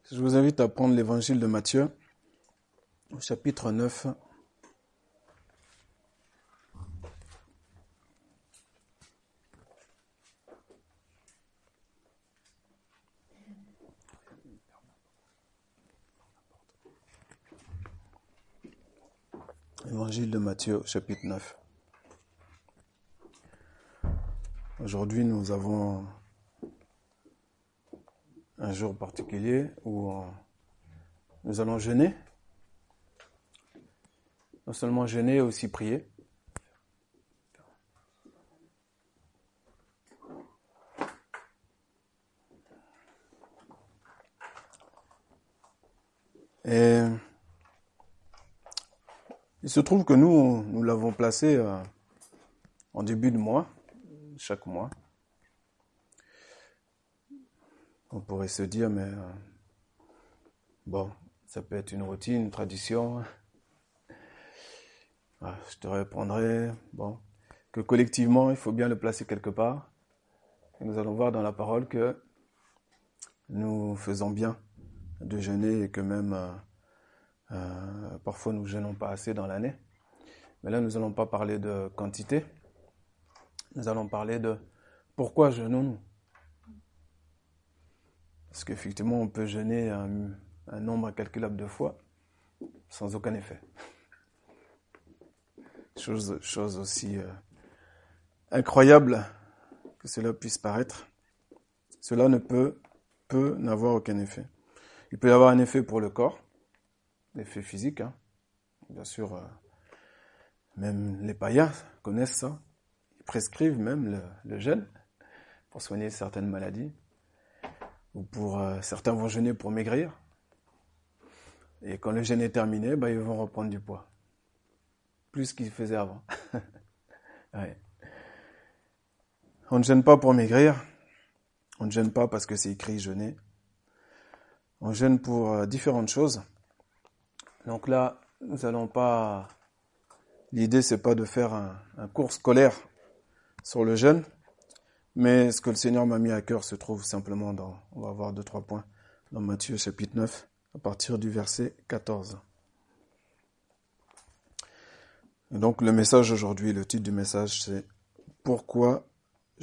Je vous invite à prendre l'évangile de Matthieu, au chapitre 9. Évangile de Matthieu, au chapitre 9. Aujourd'hui, nous avons un jour particulier où nous allons jeûner. Non seulement jeûner, aussi prier. Et il se trouve que nous l'avons placé en début de mois, chaque mois. On pourrait se dire, mais bon, ça peut être une routine, une tradition. Je te répondrai, que collectivement, il faut bien le placer quelque part. Et nous allons voir dans la parole que nous faisons bien de jeûner et que même parfois nous ne jeûnons pas assez dans l'année. Mais là, nous n'allons pas parler de quantité. Nous allons parler de pourquoi jeûnons-nous. Parce qu'effectivement, on peut jeûner un nombre incalculable de fois sans aucun effet. Chose aussi incroyable que cela puisse paraître. Cela ne peut n'avoir aucun effet. Il peut y avoir un effet pour le corps, l'effet physique. Bien sûr, même les païens connaissent ça. Ils prescrivent même le jeûne pour soigner certaines maladies. Ou certains vont jeûner pour maigrir. Et quand le jeûne est terminé, ils vont reprendre du poids. Plus qu'ils faisaient avant. Ouais. On ne jeûne pas pour maigrir. On ne jeûne pas parce que c'est écrit jeûner. On jeûne pour différentes choses. Donc là, nous allons pas... L'idée, c'est pas de faire un cours scolaire sur le jeûne. Mais ce que le Seigneur m'a mis à cœur se trouve simplement on va voir 2-3 points, dans Matthieu chapitre 9, à partir du verset 14. Et donc le message aujourd'hui, le titre du message, c'est « Pourquoi jeûnons-nous »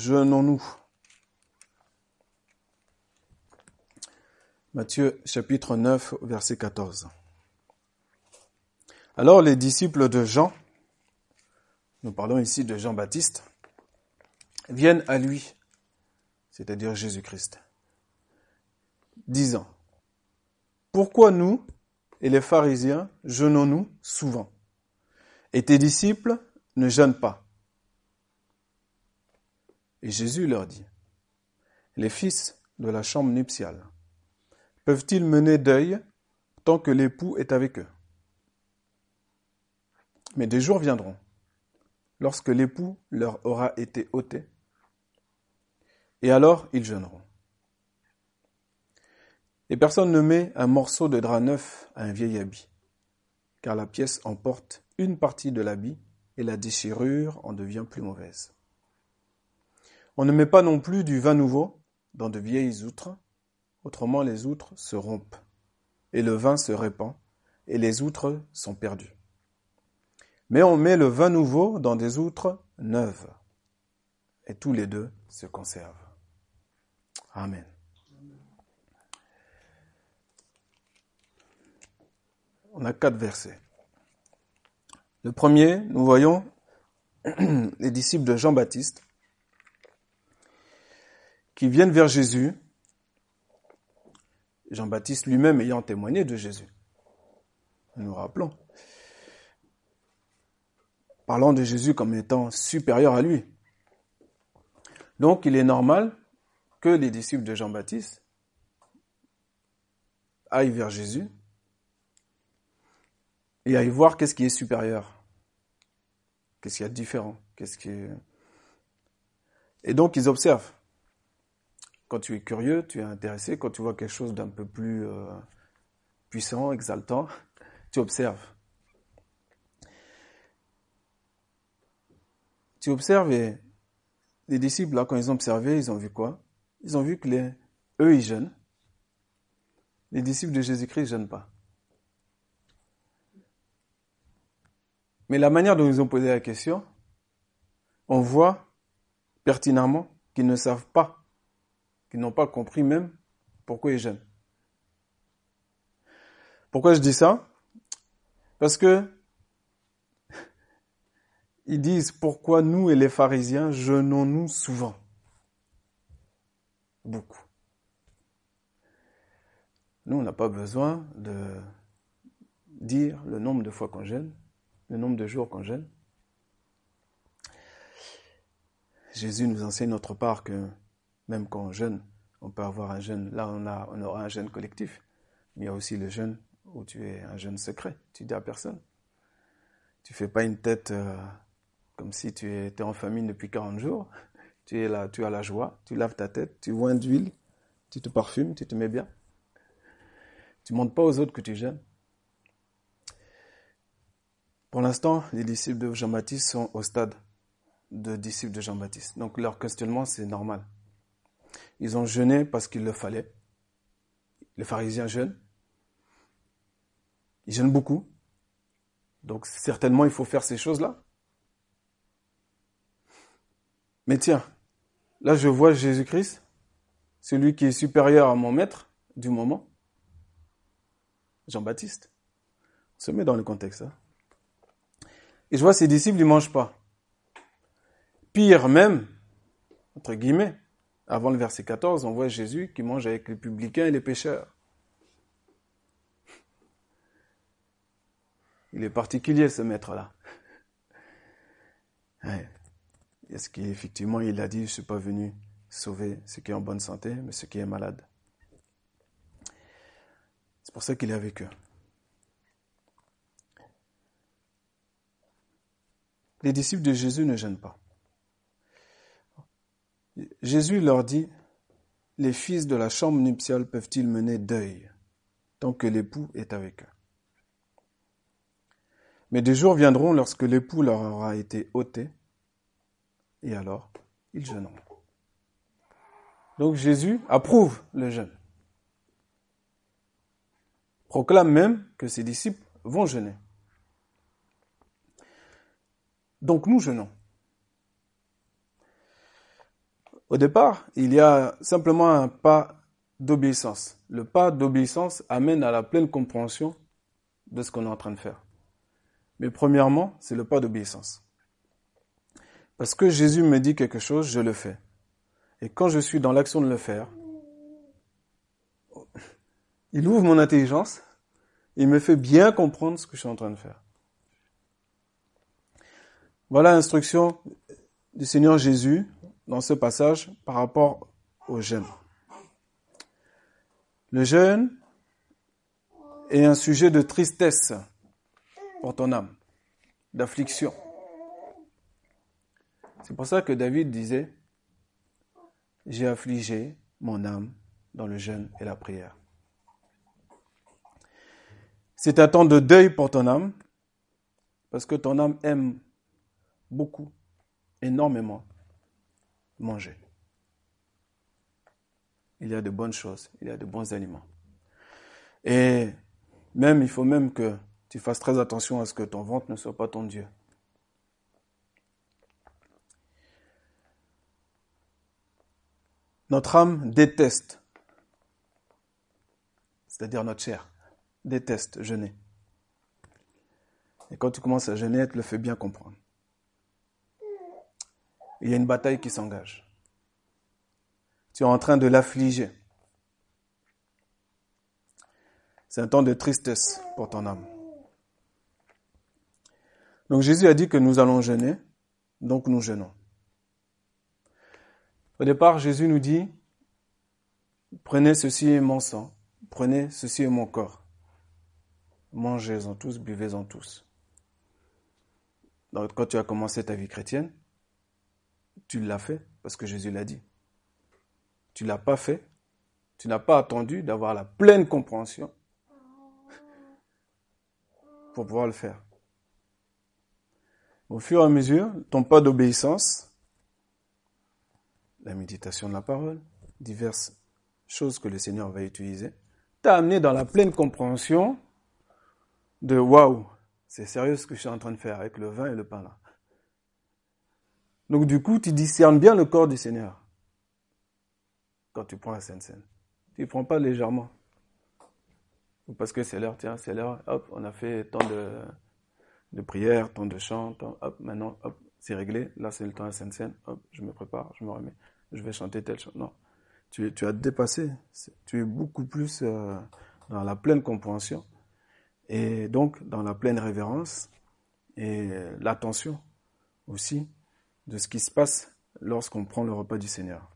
Matthieu chapitre 9, verset 14. Alors les disciples de Jean, nous parlons ici de Jean-Baptiste, viennent à lui, c'est-à-dire Jésus-Christ, disant, « Pourquoi nous et les pharisiens jeûnons-nous souvent, et tes disciples ne jeûnent pas ?» Et Jésus leur dit, « Les fils de la chambre nuptiale peuvent-ils mener deuil tant que l'époux est avec eux? Mais des jours viendront, lorsque l'époux leur aura été ôté, et alors ils jeûneront. Et personne ne met un morceau de drap neuf à un vieil habit, car la pièce emporte une partie de l'habit et la déchirure en devient plus mauvaise. On ne met pas non plus du vin nouveau dans de vieilles outres, autrement les outres se rompent, et le vin se répand, et les outres sont perdues. Mais on met le vin nouveau dans des outres neuves, et tous les deux se conservent. Amen. On a 4 versets. Le premier, nous voyons les disciples de Jean-Baptiste qui viennent vers Jésus, Jean-Baptiste lui-même ayant témoigné de Jésus. Nous rappelons. Parlant de Jésus comme étant supérieur à lui. Donc, il est normal que les disciples de Jean-Baptiste aillent vers Jésus et aillent voir qu'est-ce qui est supérieur, qu'est-ce qu'il y a de différent, Et donc, ils observent. Quand tu es curieux, tu es intéressé, quand tu vois quelque chose d'un peu plus puissant, exaltant, tu observes. Tu observes et les disciples, là, quand ils ont observé, ils ont vu quoi? Ils ont vu que eux, ils jeûnent. Les disciples de Jésus-Christ ne jeûnent pas. Mais la manière dont ils ont posé la question, on voit pertinemment qu'ils ne savent pas, qu'ils n'ont pas compris même pourquoi ils jeûnent. Pourquoi je dis ça? Parce que ils disent pourquoi nous et les pharisiens jeûnons-nous souvent? Beaucoup. Nous, on n'a pas besoin de dire le nombre de fois qu'on jeûne, le nombre de jours qu'on jeûne. Jésus nous enseigne notre part que même quand on jeûne, on peut avoir un jeûne. Là, on aura un jeûne collectif. Mais il y a aussi le jeûne où tu es un jeûne secret. Tu dis à personne. Tu fais pas une tête comme si tu étais en famine depuis 40 jours. Tu es là, tu as la joie, tu laves ta tête, tu oins d'huile, tu te parfumes, tu te mets bien. Tu ne montres pas aux autres que tu jeûnes. Pour l'instant, les disciples de Jean-Baptiste sont au stade de disciples de Jean-Baptiste. Donc leur questionnement, c'est normal. Ils ont jeûné parce qu'il le fallait. Les pharisiens jeûnent. Ils jeûnent beaucoup. Donc certainement, il faut faire ces choses-là. Mais tiens, là je vois Jésus-Christ, celui qui est supérieur à mon maître du moment, Jean-Baptiste. On se met dans le contexte. Hein. Et je vois ses disciples, ils ne mangent pas. Pire même, entre guillemets, avant le verset 14, on voit Jésus qui mange avec les publicains et les pécheurs. Il est particulier ce maître-là. Ouais. Est-ce qu'effectivement il a dit, je ne suis pas venu sauver ceux qui sont en bonne santé, mais ceux qui sont malades. C'est pour ça qu'il est avec eux. Les disciples de Jésus ne jeûnent pas. Jésus leur dit, les fils de la chambre nuptiale peuvent-ils mener deuil tant que l'époux est avec eux? Mais des jours viendront lorsque l'époux leur aura été ôté, et alors ils jeûneront. Donc Jésus approuve le jeûne. Proclame même que ses disciples vont jeûner. Donc nous jeûnons. Au départ, il y a simplement un pas d'obéissance. Le pas d'obéissance amène à la pleine compréhension de ce qu'on est en train de faire. Mais premièrement, c'est le pas d'obéissance. Parce que Jésus me dit quelque chose, je le fais. Et quand je suis dans l'action de le faire, il ouvre mon intelligence, il me fait bien comprendre ce que je suis en train de faire. Voilà l'instruction du Seigneur Jésus dans ce passage par rapport au jeûne. Le jeûne est un sujet de tristesse pour ton âme, d'affliction. C'est pour ça que David disait « J'ai affligé mon âme dans le jeûne et la prière ». C'est un temps de deuil pour ton âme, parce que ton âme aime beaucoup, énormément, manger. Il y a de bonnes choses, il y a de bons aliments. Et même, il faut même que tu fasses très attention à ce que ton ventre ne soit pas ton Dieu. Notre âme déteste, c'est-à-dire notre chair, déteste jeûner. Et quand tu commences à jeûner, elle te le fait bien comprendre. Il y a une bataille qui s'engage. Tu es en train de l'affliger. C'est un temps de tristesse pour ton âme. Donc Jésus a dit que nous allons jeûner, donc nous jeûnons. Au départ, Jésus nous dit, prenez ceci est mon sang, prenez ceci est mon corps. Mangez-en tous, buvez-en tous. Donc quand tu as commencé ta vie chrétienne, tu l'as fait parce que Jésus l'a dit. Tu ne l'as pas fait, tu n'as pas attendu d'avoir la pleine compréhension pour pouvoir le faire. Au fur et à mesure, ton pas d'obéissance, la méditation de la parole, diverses choses que le Seigneur va utiliser, t'a amené dans la pleine compréhension de waouh, c'est sérieux ce que je suis en train de faire avec le vin et le pain là. Donc du coup, tu discernes bien le corps du Seigneur quand tu prends la Sainte Seine. Tu ne prends pas légèrement. Ou parce que c'est l'heure, tiens, c'est l'heure, hop, on a fait tant de prières, tant de chants, hop, maintenant, hop, c'est réglé, là c'est le temps de la Sainte Seine, hop, je me prépare, je me remets, je vais chanter tel chant. Non, tu as dépassé, tu es beaucoup plus dans la pleine compréhension et donc dans la pleine révérence et l'attention aussi de ce qui se passe lorsqu'on prend le repas du Seigneur.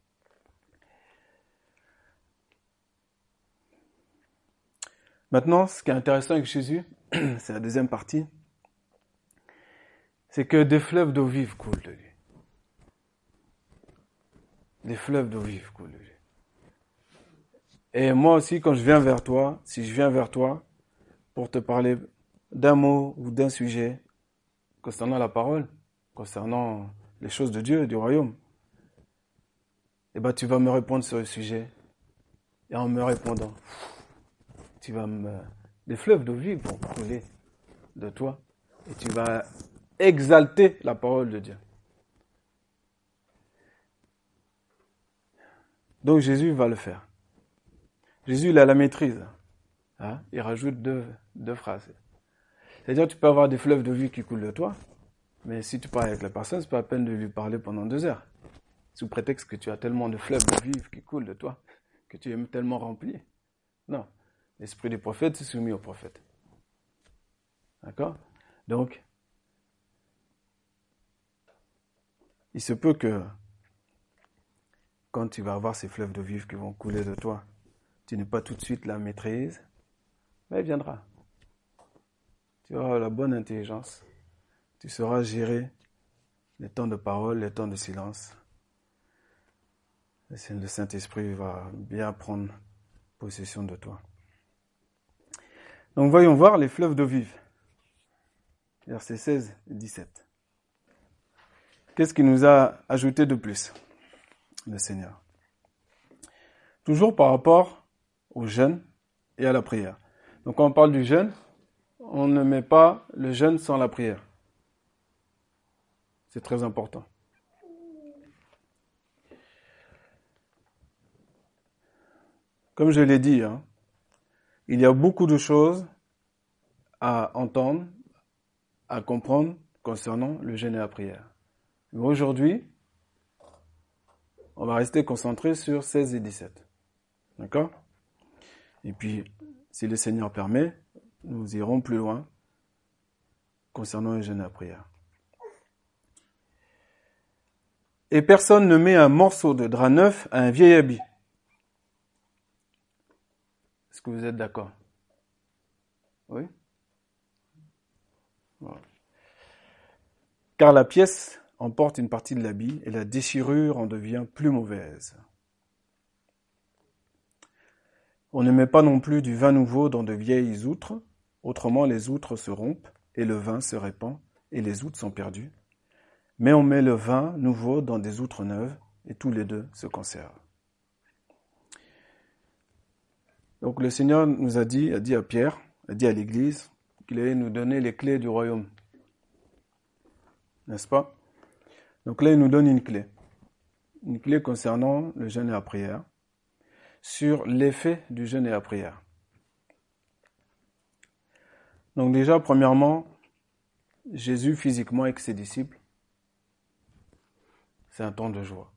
Maintenant, ce qui est intéressant avec Jésus, c'est la deuxième partie, c'est que des fleuves d'eau vive coulent de lui. Des fleuves d'eau vive coulent de lui. Et moi aussi, quand je viens vers toi, si je viens vers toi pour te parler d'un mot ou d'un sujet concernant la parole, concernant les choses de Dieu et du royaume, eh ben, tu vas me répondre sur le sujet. Et en me répondant, des fleuves d'eau vive vont couler de toi. Et tu vas exalter la parole de Dieu. Donc Jésus va le faire. Jésus, il a la maîtrise. Hein? Il rajoute deux phrases. C'est-à-dire, tu peux avoir des fleuves de vie qui coulent de toi, mais si tu parles avec la personne, c'est pas la peine de lui parler pendant 2 heures. Sous prétexte que tu as tellement de fleuves de vie qui coulent de toi, que tu es tellement rempli. Non. L'esprit des prophètes s'est soumis aux prophètes. D'accord? Donc, il se peut que quand tu vas avoir ces fleuves de vie qui vont couler de toi, tu n'aies pas tout de suite la maîtrise, mais il viendra. Tu auras la bonne intelligence. Tu sauras gérer les temps de parole, les temps de silence. Et le Saint-Esprit va bien prendre possession de toi. Donc voyons voir les fleuves d'eau vive. Versets 16 et 17. Qu'est-ce qu'il nous a ajouté de plus, le Seigneur? Toujours par rapport au jeûne et à la prière. Donc quand on parle du jeûne, on ne met pas le jeûne sans la prière. C'est très important. Comme je l'ai dit, il y a beaucoup de choses à entendre, à comprendre concernant le jeûne et la prière. Mais aujourd'hui, on va rester concentré sur 16 et 17. D'accord? Et puis, si le Seigneur permet, nous irons plus loin concernant le jeûne et la prière. Et personne ne met un morceau de drap neuf à un vieil habit. Est-ce que vous êtes d'accord? Oui? Voilà. Car la pièce emporte une partie de l'habit et la déchirure en devient plus mauvaise. On ne met pas non plus du vin nouveau dans de vieilles outres, autrement les outres se rompent et le vin se répand et les outres sont perdues. Mais on met le vin nouveau dans des outres neuves et tous les deux se conservent. Donc le Seigneur nous a dit à Pierre, a dit à l'Église qu'il allait nous donner les clés du royaume. N'est-ce pas? Donc là, il nous donne une clé concernant le jeûne et la prière, sur l'effet du jeûne et la prière. Donc déjà, premièrement, Jésus physiquement avec ses disciples, c'est un temps de joie.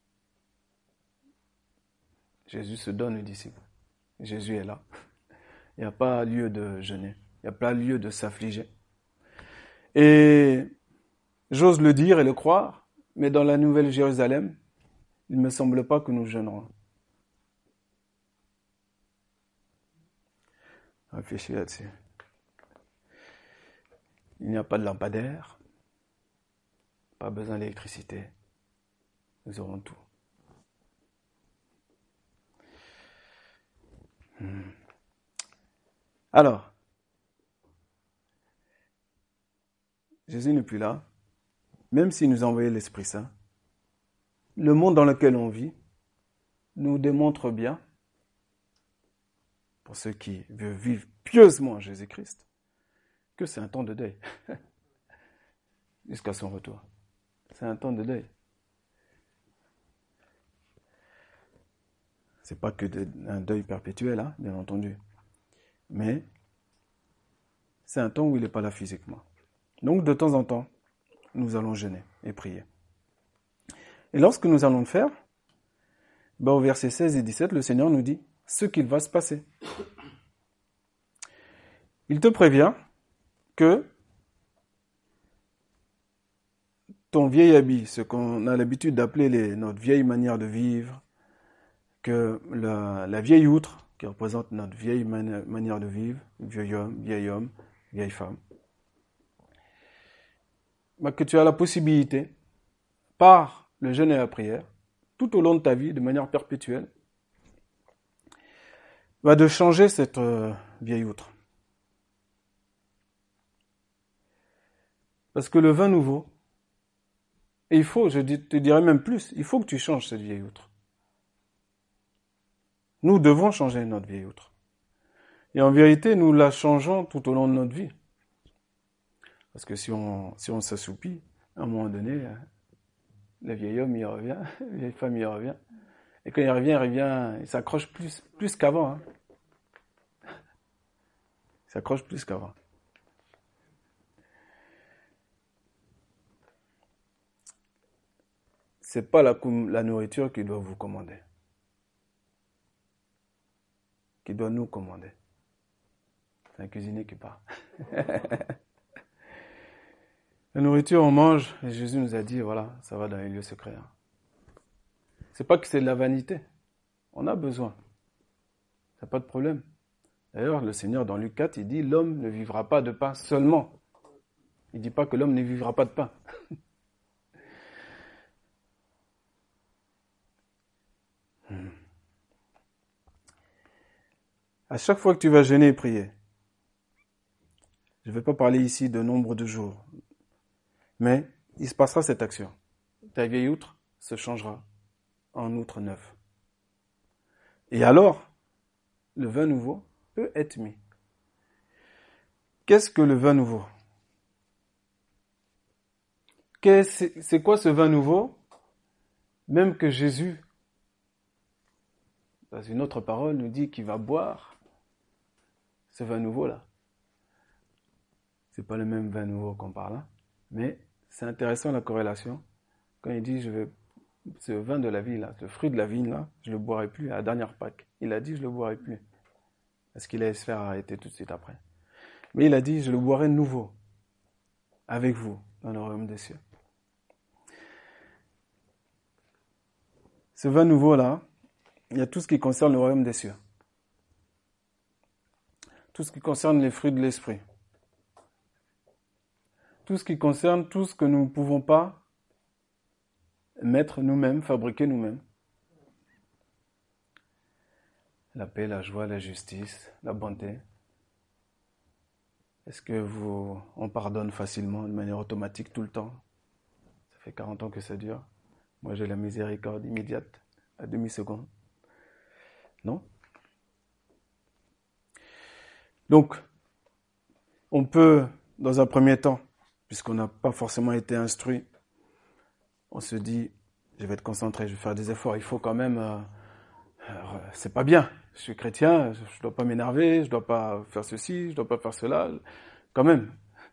Jésus se donne aux disciples. Jésus est là. Il n'y a pas lieu de jeûner. Il n'y a pas lieu de s'affliger. Et j'ose le dire et le croire, mais dans la Nouvelle Jérusalem, il ne me semble pas que nous jeûnerons. Réfléchis là-dessus. Il n'y a pas de lampadaire, pas besoin d'électricité. Nous aurons tout. Alors, Jésus n'est plus là, même s'il nous a envoyé l'Esprit Saint. Le monde dans lequel on vit nous démontre bien pour ceux qui vivent pieusement en Jésus-Christ, que c'est un temps de deuil. Jusqu'à son retour. C'est un temps de deuil. C'est pas que un deuil perpétuel, hein, bien entendu. Mais c'est un temps où il n'est pas là physiquement. Donc, de temps en temps, nous allons jeûner et prier. Et lorsque nous allons le faire, au verset 16 et 17, le Seigneur nous dit ce qu'il va se passer. Il te prévient que ton vieil habit, ce qu'on a l'habitude d'appeler notre vieille manière de vivre, que la vieille outre, qui représente notre vieille manière de vivre, vieil homme, vieille femme, que tu as la possibilité, par le jeûne et la prière, tout au long de ta vie, de manière perpétuelle, de changer cette vieille outre. Parce que le vin nouveau, et il faut, je te dirais même plus, il faut que tu changes cette vieille outre. Nous devons changer notre vieille outre. Et en vérité, nous la changeons tout au long de notre vie. Parce que si on s'assoupit, à un moment donné, le vieil homme y revient, la vieille femme y revient. Et quand il revient, il s'accroche plus qu'avant. Hein. Il s'accroche plus qu'avant. C'est pas la nourriture qui doit vous commander. Qui doit nous commander. C'est un cuisinier qui parle. La nourriture, on mange, et Jésus nous a dit, voilà, ça va dans les lieux secrets. Hein. C'est pas que c'est de la vanité. On a besoin. Ça n'a pas de problème. D'ailleurs, le Seigneur, dans Luc 4, il dit, l'homme ne vivra pas de pain seulement. Il ne dit pas que l'homme ne vivra pas de pain. À chaque fois que tu vas jeûner et prier, je ne vais pas parler ici de nombre de jours, mais il se passera cette action. Ta vieille outre se changera en outre neuve. Et alors, le vin nouveau peut être mis. Qu'est-ce que le vin nouveau? C'est quoi ce vin nouveau? Même que Jésus, dans une autre parole, nous dit qu'il va boire ce vin nouveau-là. C'est pas le même vin nouveau qu'on parle, hein, mais c'est intéressant la corrélation. Quand il dit, ce vin de la vie là, ce fruit de la vigne là, je le boirai plus à la dernière Pâques. Il a dit, je le boirai plus. Parce qu'il allait se faire arrêter tout de suite après. Mais il a dit, je le boirai nouveau, avec vous, dans le royaume des cieux. Ce vin nouveau là, il y a tout ce qui concerne le royaume des cieux. Tout ce qui concerne les fruits de l'esprit. Tout ce qui concerne tout ce que nous ne pouvons pas mettre nous-mêmes, fabriquer nous-mêmes. La paix, la joie, la justice, la bonté. Est-ce que on pardonne facilement, de manière automatique, tout le temps? Ça fait 40 ans que ça dure. Moi, j'ai la miséricorde immédiate, à demi-seconde. Non? Donc, on peut, dans un premier temps, puisqu'on n'a pas forcément été instruit, on se dit, je vais être concentré, je vais faire des efforts. Il faut quand même, c'est pas bien. Je suis chrétien, je dois pas m'énerver, je dois pas faire ceci, je dois pas faire cela. Quand même.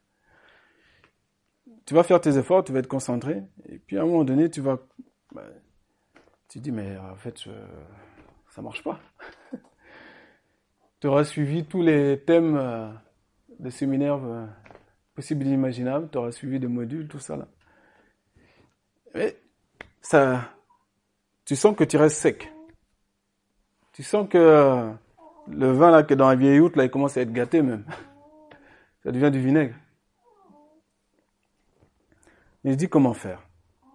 Tu vas faire tes efforts, tu vas être concentré, et puis à un moment donné, tu dis, mais en fait, ça marche pas. Tu auras suivi tous les thèmes de séminaires possibles et imaginables, tu auras suivi des modules, tout ça là. Mais tu sens que tu restes sec. Tu sens que le vin là qui est dans la vieille outre là, il commence à être gâté même. Ça devient du vinaigre. Et je dis comment faire.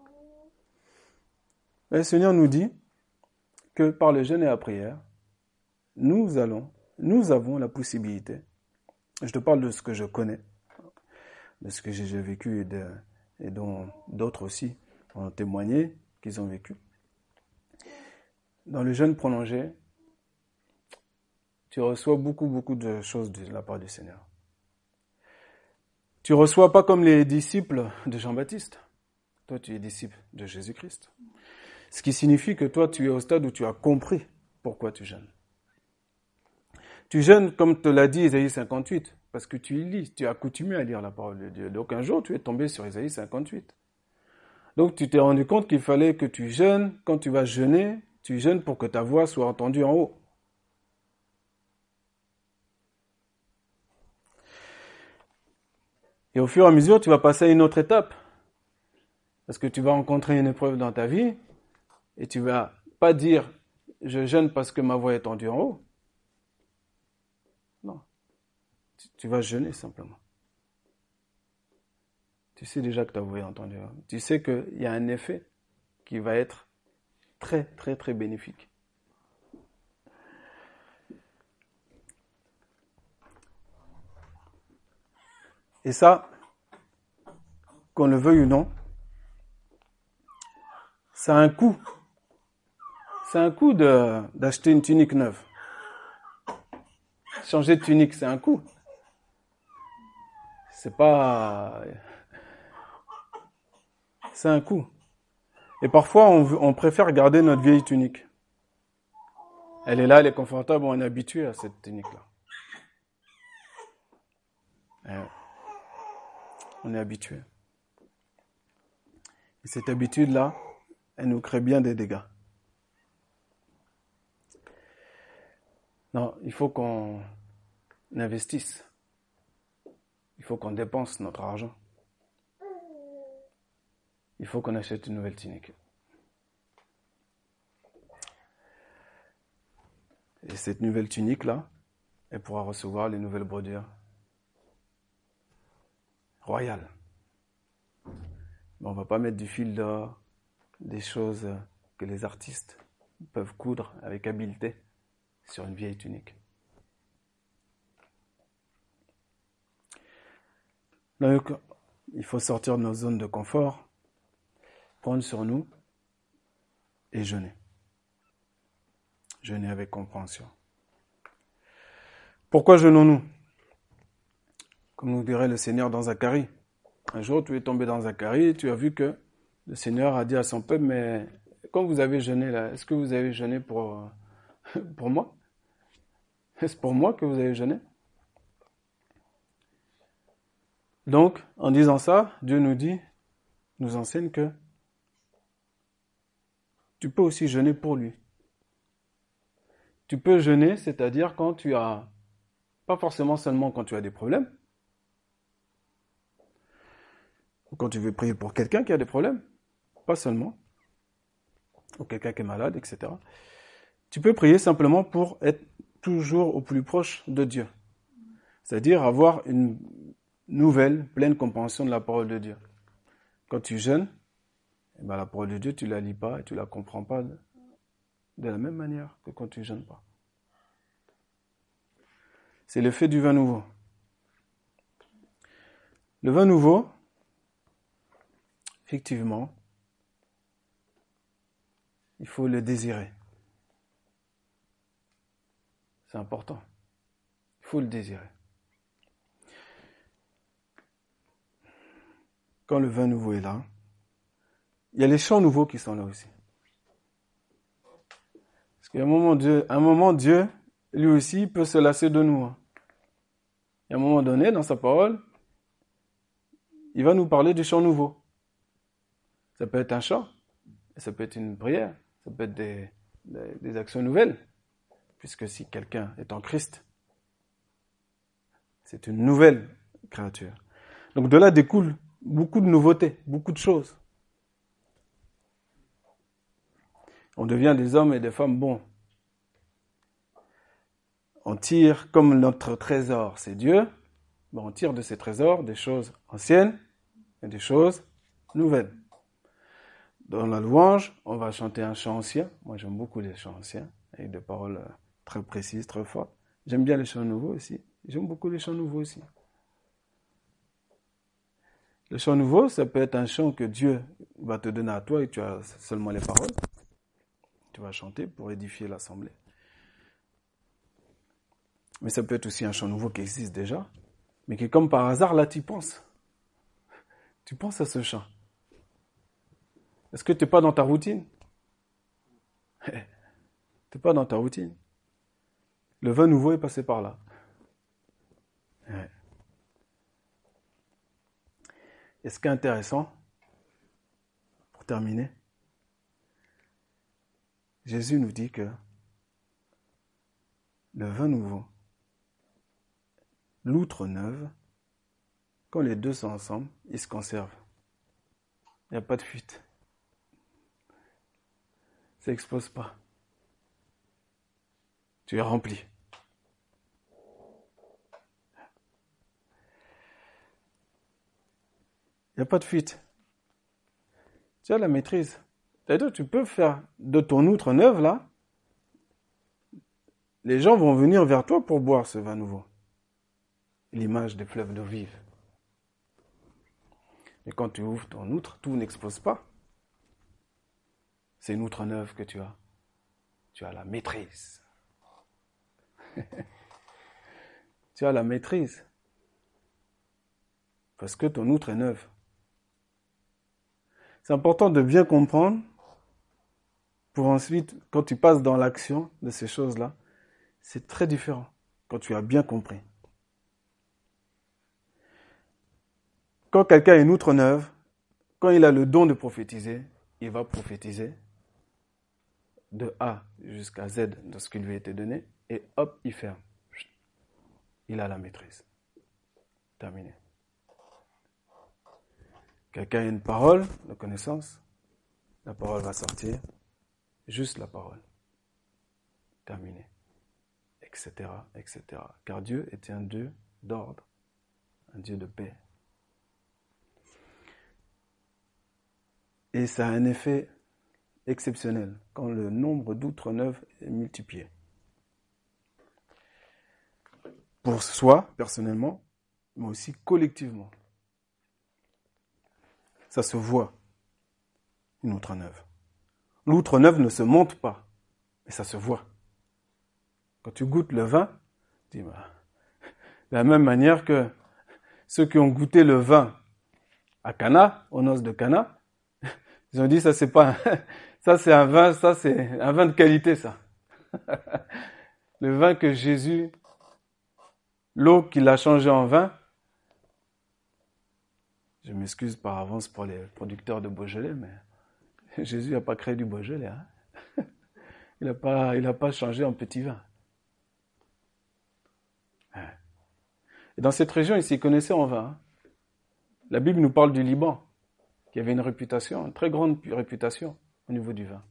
Et le Seigneur nous dit que par le jeûne et la prière, nous avons la possibilité, je te parle de ce que je connais, de ce que j'ai vécu et dont d'autres aussi ont témoigné qu'ils ont vécu. Dans le jeûne prolongé, tu reçois beaucoup de choses de la part du Seigneur. Tu reçois pas comme les disciples de Jean-Baptiste. Toi, tu es disciple de Jésus-Christ. Ce qui signifie que toi, tu es au stade où tu as compris pourquoi tu jeûnes. Tu jeûnes, comme te l'a dit Isaïe 58, parce que tu y lis, tu es accoutumé à lire la parole de Dieu. Donc un jour, tu es tombé sur Isaïe 58. Donc tu t'es rendu compte qu'il fallait que tu jeûnes. Quand tu vas jeûner, tu jeûnes pour que ta voix soit entendue en haut. Et au fur et à mesure, tu vas passer à une autre étape. Parce que tu vas rencontrer une épreuve dans ta vie et tu vas pas dire « je jeûne parce que ma voix est tendue en haut ». Non. Tu vas jeûner simplement. Tu sais déjà que ta voix est entendue en haut. Tu sais qu'il y a un effet qui va être très bénéfique. Et ça, qu'on le veuille ou non, ça a un coût. C'est un coût d'acheter une tunique neuve. Changer de tunique, c'est un coût. C'est pas... C'est un coût. Et parfois, on préfère garder notre vieille tunique. Elle est là, elle est confortable, on est habitué à cette tunique-là. On est habitué. Et cette habitude-là, elle nous crée bien des dégâts. Non, il faut qu'on investisse. Il faut qu'on dépense notre argent. Il faut qu'on achète une nouvelle tunique. Et cette nouvelle tunique-là, elle pourra recevoir les nouvelles brodures royales. Mais on ne va pas mettre du fil d'or, des choses que les artistes peuvent coudre avec habileté sur une vieille tunique. Donc, il faut sortir de nos zones de confort, prendre sur nous et jeûner. Jeûner avec compréhension. Pourquoi jeûnons-nous ? Comme nous dirait le Seigneur dans Zacharie. Un jour, tu es tombé dans Zacharie et tu as vu que le Seigneur a dit à son peuple, mais quand vous avez jeûné là, est-ce que vous avez jeûné pour moi ? Est-ce pour moi que vous avez jeûné ? Donc, en disant ça, Dieu nous enseigne que tu peux aussi jeûner pour lui. Tu peux jeûner, c'est-à-dire quand tu as, pas forcément seulement quand tu as des problèmes, ou quand tu veux prier pour quelqu'un qui a des problèmes, pas seulement, ou quelqu'un qui est malade, etc. Tu peux prier simplement pour être toujours au plus proche de Dieu. C'est-à-dire avoir une nouvelle, pleine compréhension de la parole de Dieu. Quand tu jeûnes, la parole de Dieu, tu ne la lis pas et tu ne la comprends pas de la même manière que quand tu ne jeûnes pas. C'est l'effet du vin nouveau. Le vin nouveau, effectivement, il faut le désirer. C'est important. Il faut le désirer. Quand le vin nouveau est là, il y a les chants nouveaux qui sont là aussi. Parce qu'à un moment, Dieu, lui aussi, peut se lasser de nous. Et à un moment donné, dans sa parole, il va nous parler du chant nouveau. Ça peut être un chant, ça peut être une prière, ça peut être des actions nouvelles. Puisque si quelqu'un est en Christ, c'est une nouvelle créature. Donc de là découle beaucoup de nouveautés, beaucoup de choses. On devient des hommes et des femmes bons. On tire, comme notre trésor, c'est Dieu, on tire de ces trésors des choses anciennes et des choses nouvelles. Dans la louange, on va chanter un chant ancien. Moi, j'aime beaucoup les chants anciens, avec des paroles très précises, très fortes. J'aime bien les chants nouveaux aussi. J'aime beaucoup les chants nouveaux aussi. Le chant nouveau, ça peut être un chant que Dieu va te donner à toi et tu as seulement les paroles. Tu vas chanter pour édifier l'assemblée. Mais ça peut être aussi un chant nouveau qui existe déjà, mais qui comme par hasard, là, tu penses. Tu penses à ce chant. Est-ce que tu n'es pas dans ta routine? Tu n'es pas dans ta routine. Le vin nouveau est passé par là. Ouais. Et ce qui est intéressant, pour terminer, Jésus nous dit que le vin nouveau, l'outre neuve, quand les deux sont ensemble, ils se conservent. Il n'y a pas de fuite. Ça n'explose pas. Tu es rempli. Il n'y a pas de fuite. Tu as la maîtrise. C'est-à-dire, tu peux faire de ton outre neuve, là, les gens vont venir vers toi pour boire ce vin nouveau. L'image des fleuves d'eau vive. Mais quand tu ouvres ton outre, tout n'explose pas. C'est une outre neuve que tu as. Tu as la maîtrise. Tu as la maîtrise. Parce que ton outre est neuve. C'est important de bien comprendre pour ensuite, quand tu passes dans l'action de ces choses-là, c'est très différent quand tu as bien compris. Quand quelqu'un a une outre neuve, quand il a le don de prophétiser, il va prophétiser de A jusqu'à Z de ce qui lui a été donné et hop, il ferme. Il a la maîtrise. Terminé. Quelqu'un a une parole de connaissance, la parole va sortir, juste la parole. Terminé. Etc., etc. Car Dieu est un Dieu d'ordre, un Dieu de paix. Et ça a un effet exceptionnel quand le nombre d'outres neuves est multiplié. Pour soi, personnellement, mais aussi collectivement. Ça se voit, une outre neuve. L'outre neuve ne se monte pas, mais ça se voit. Quand tu goûtes le vin, tu dis, de la même manière que ceux qui ont goûté le vin à Cana, aux noces de Cana, ils ont dit, ça c'est pas, ça c'est un vin de qualité, ça. Le vin que Jésus, l'eau qu'il a changé en vin, je m'excuse par avance pour les producteurs de Beaujolais, mais Jésus n'a pas créé du Beaujolais. Hein. Il n'a pas changé en petit vin. Et dans cette région, ils s'y connaissaient en vin. Hein. La Bible nous parle du Liban, qui avait une réputation, une très grande réputation au niveau du vin.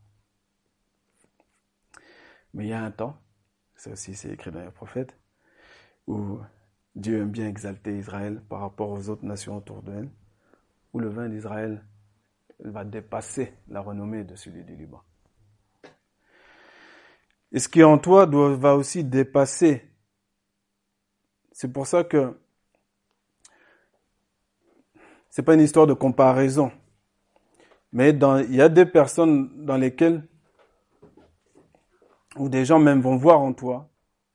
Mais il y a un temps, ça aussi c'est écrit dans les prophètes, où Dieu aime bien exalter Israël par rapport aux autres nations autour d'elle, où le vin d'Israël va dépasser la renommée de celui du Liban. Et ce qui est en toi va aussi dépasser. C'est pour ça que c'est pas une histoire de comparaison. Mais il y a des personnes dans lesquelles, où des gens même vont voir en toi,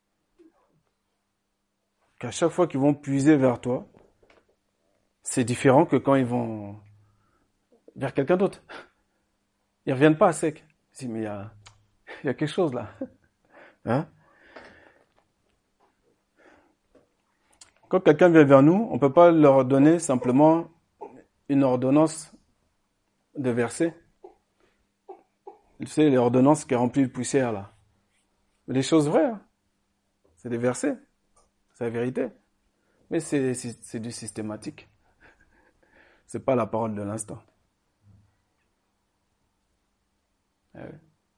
qu'à chaque fois qu'ils vont puiser vers toi, c'est différent que quand ils vont vers quelqu'un d'autre. Ils reviennent pas à sec. Ils disent, mais il y a quelque chose là. Hein? Quand quelqu'un vient vers nous, on ne peut pas leur donner simplement une ordonnance de verset. Tu sais, l'ordonnance qui est remplie de poussière là. Mais des choses vraies. Hein? C'est des versets. C'est la vérité. Mais c'est du systématique. C'est pas la parole de l'instant. Ah oui.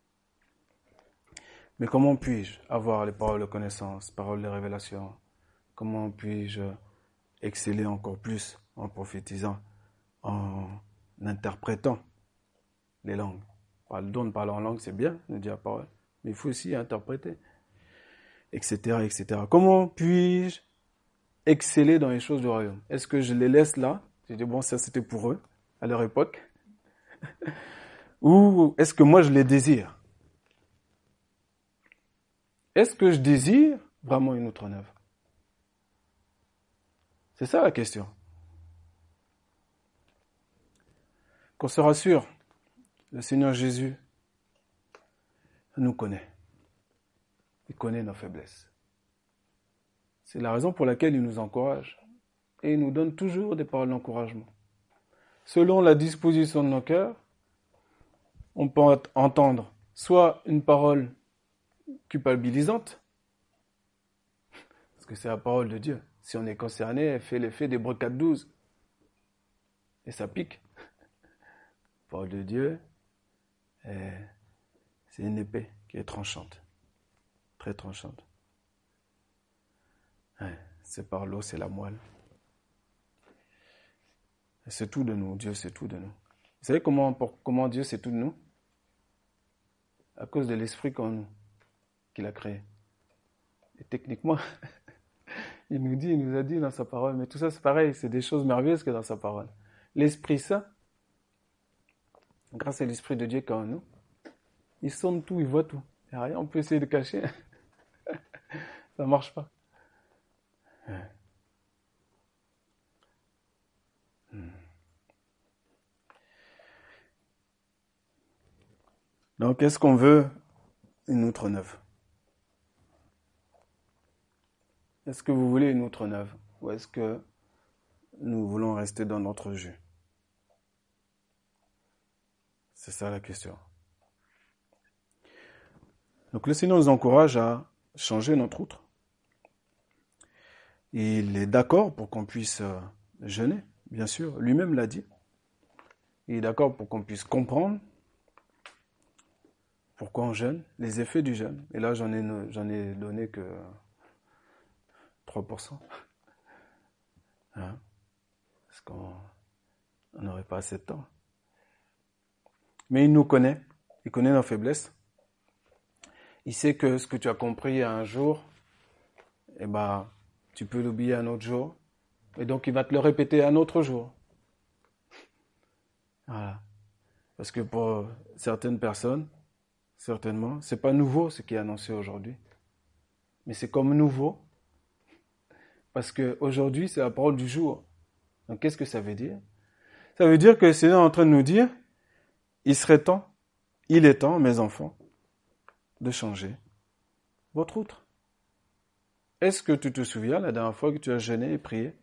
Mais comment puis-je avoir les paroles de connaissance, paroles de révélation? Comment puis-je exceller encore plus en prophétisant, en interprétant les langues? Le don de parler en langue, c'est bien, de dire la parole, mais il faut aussi interpréter, etc., etc. Comment puis-je exceller dans les choses du royaume? Est-ce que je les laisse là? Je dis, bon, ça c'était pour eux, à leur époque. Ou est-ce que moi je les désire? Est-ce que je désire vraiment une outre neuve? C'est ça la question. Qu'on se rassure, le Seigneur Jésus nous connaît. Il connaît nos faiblesses. C'est la raison pour laquelle il nous encourage. Et il nous donne toujours des paroles d'encouragement. Selon la disposition de nos cœurs, on peut entendre soit une parole culpabilisante, parce que c'est la parole de Dieu. Si on est concerné, elle fait l'effet des brocades 12. Et ça pique. La parole de Dieu, c'est une épée qui est tranchante. Très tranchante. Ouais, c'est par l'eau, c'est la moelle. Et c'est tout de nous. Dieu, c'est tout de nous. Vous savez comment Dieu, c'est tout de nous? À cause de l'esprit qu'il a créé. Et techniquement, il nous a dit dans sa parole, mais tout ça c'est pareil, c'est des choses merveilleuses que dans sa parole. L'Esprit Saint, grâce à l'Esprit de Dieu qui est en nous, il sonde tout, il voit tout. Il n'y a rien, on peut essayer de cacher. Ça ne marche pas. Donc, est-ce qu'on veut une outre neuve? Est-ce que vous voulez une outre neuve? Ou est-ce que nous voulons rester dans notre jus? C'est ça la question. Donc le Seigneur nous encourage à changer notre outre. Il est d'accord pour qu'on puisse jeûner, bien sûr. Lui-même l'a dit. Il est d'accord pour qu'on puisse comprendre pourquoi on jeûne, les effets du jeûne. Et là, j'en ai donné que 3%. Hein? Parce qu'on n'aurait pas assez de temps. Mais il nous connaît. Il connaît nos faiblesses. Il sait que ce que tu as compris un jour, eh ben, tu peux l'oublier un autre jour. Et donc, il va te le répéter un autre jour. Voilà. Parce que pour certaines personnes, certainement, c'est pas nouveau ce qui est annoncé aujourd'hui. Mais c'est comme nouveau. Parce qu'aujourd'hui, c'est la parole du jour. Donc, qu'est-ce que ça veut dire? Ça veut dire que le Seigneur est en train de nous dire, il est temps, mes enfants, de changer votre outre. Est-ce que tu te souviens la dernière fois que tu as jeûné et prié?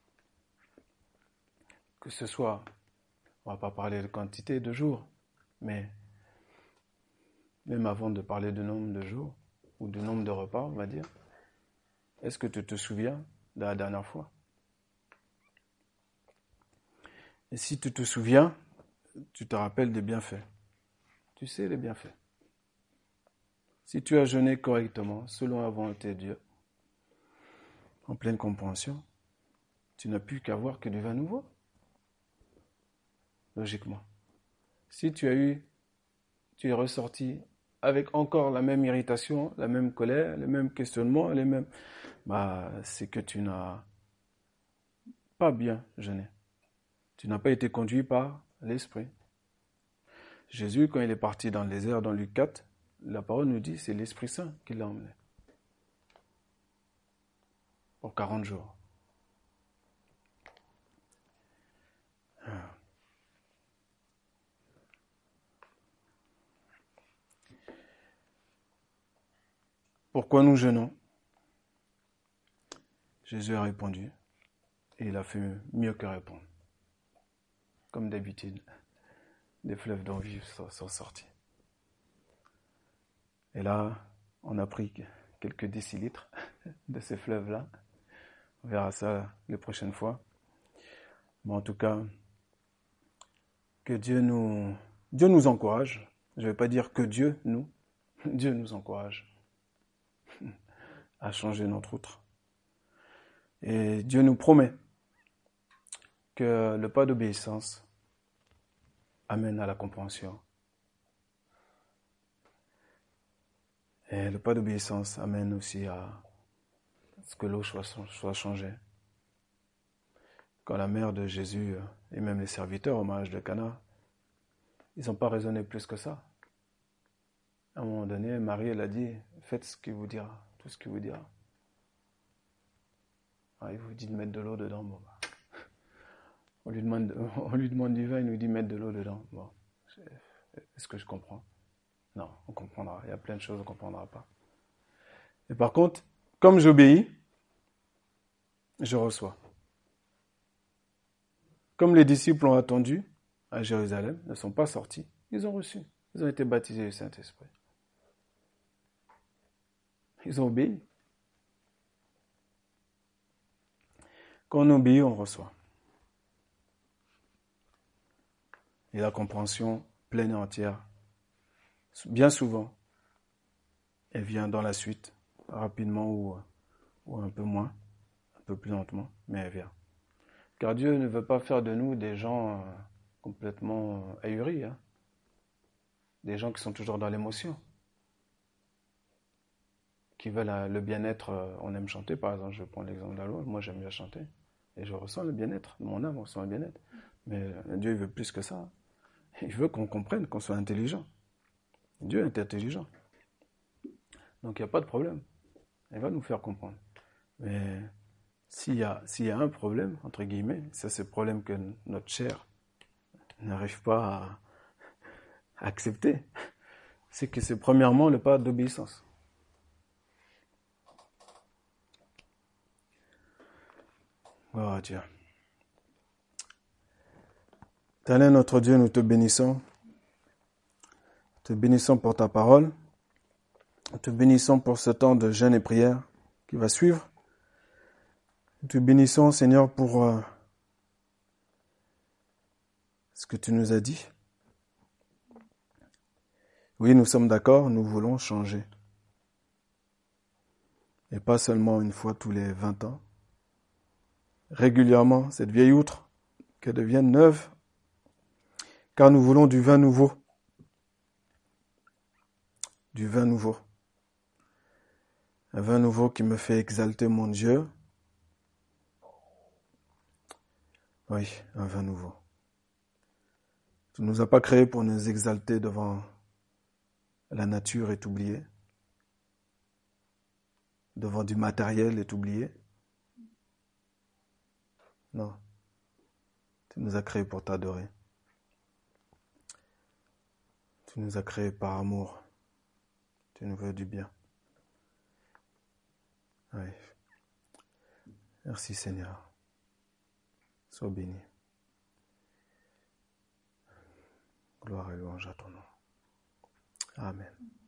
Que ce soit, on ne va pas parler de quantité de jours, mais même avant de parler de nombre de jours, ou de nombre de repas, on va dire, est-ce que tu te souviens de la dernière fois? Et si tu te souviens, tu te rappelles des bienfaits. Tu sais les bienfaits. Si tu as jeûné correctement, selon la volonté de Dieu, en pleine compréhension, tu n'as plus qu'à voir que du vin nouveau. Logiquement. Si tu es ressorti avec encore la même irritation, la même colère, les mêmes questionnements, c'est que tu n'as pas bien jeûné. Tu n'as pas été conduit par l'Esprit. Jésus, quand il est parti dans le désert, dans Luc 4, la parole nous dit, c'est l'Esprit Saint qui l'a emmené. Pour 40 jours. Pourquoi nous jeûnons? Jésus a répondu, et il a fait mieux que répondre. Comme d'habitude, des fleuves d'eau vive sont sortis. Et là, on a pris quelques décilitres de ces fleuves-là. On verra ça les prochaines fois. Mais en tout cas, que Dieu nous encourage. Je ne vais pas dire que Dieu nous encourage à changer notre outre. Et Dieu nous promet que le pas d'obéissance amène à la compréhension. Et le pas d'obéissance amène aussi à ce que l'eau soit changée. Quand la mère de Jésus et même les serviteurs au mariage de Cana, ils n'ont pas raisonné plus que ça. À un moment donné, Marie, elle a dit, faites ce qu'il vous dira, tout ce qu'il vous dira. il vous dit de mettre de l'eau dedans. Bon, bah. On lui demande du vin, il nous dit mettre de l'eau dedans. Bon, est-ce que je comprends? Non, on comprendra. Il y a plein de choses qu'on ne comprendra pas. Et par contre, comme j'obéis, je reçois. Comme les disciples ont attendu à Jérusalem, ne sont pas sortis, ils ont reçu. Ils ont été baptisés du Saint-Esprit. Ils ont obéi. Quand on obéit, on reçoit. Et la compréhension pleine et entière, bien souvent, elle vient dans la suite, rapidement ou un peu moins, un peu plus lentement, mais elle vient. Car Dieu ne veut pas faire de nous des gens complètement ahuris, hein. Des gens qui sont toujours dans l'émotion, qui veulent le bien-être. On aime chanter, par exemple, je prends l'exemple de la louange, moi j'aime bien chanter, et je ressens le bien-être, mon âme ressent le bien-être. Mais Dieu il veut plus que ça. Il veut qu'on comprenne, qu'on soit intelligent. Dieu est intelligent. Donc il n'y a pas de problème. Il va nous faire comprendre. Mais s'il y a un problème, entre guillemets, ça c'est le problème que notre chair n'arrive pas à accepter. C'est que c'est premièrement le pas d'obéissance. Oh Dieu. Éternel notre Dieu, nous te bénissons. Te bénissons pour ta parole. Te bénissons pour ce temps de jeûne et prière qui va suivre. Te bénissons, Seigneur, pour ce que tu nous as dit. Oui, nous sommes d'accord, nous voulons changer. Et pas seulement une fois tous les 20 ans. Régulièrement, cette vieille outre, qu'elle devienne neuve, car nous voulons du vin nouveau. Du vin nouveau. Un vin nouveau qui me fait exalter mon Dieu. Oui, un vin nouveau. Tu ne nous as pas créés pour nous exalter devant la nature et t'oublier. Devant du matériel et t'oublier. Non. Tu nous as créés pour t'adorer. Tu nous as créés par amour. Tu nous veux du bien. Oui. Merci Seigneur. Sois béni. Gloire et louange à ton nom. Amen.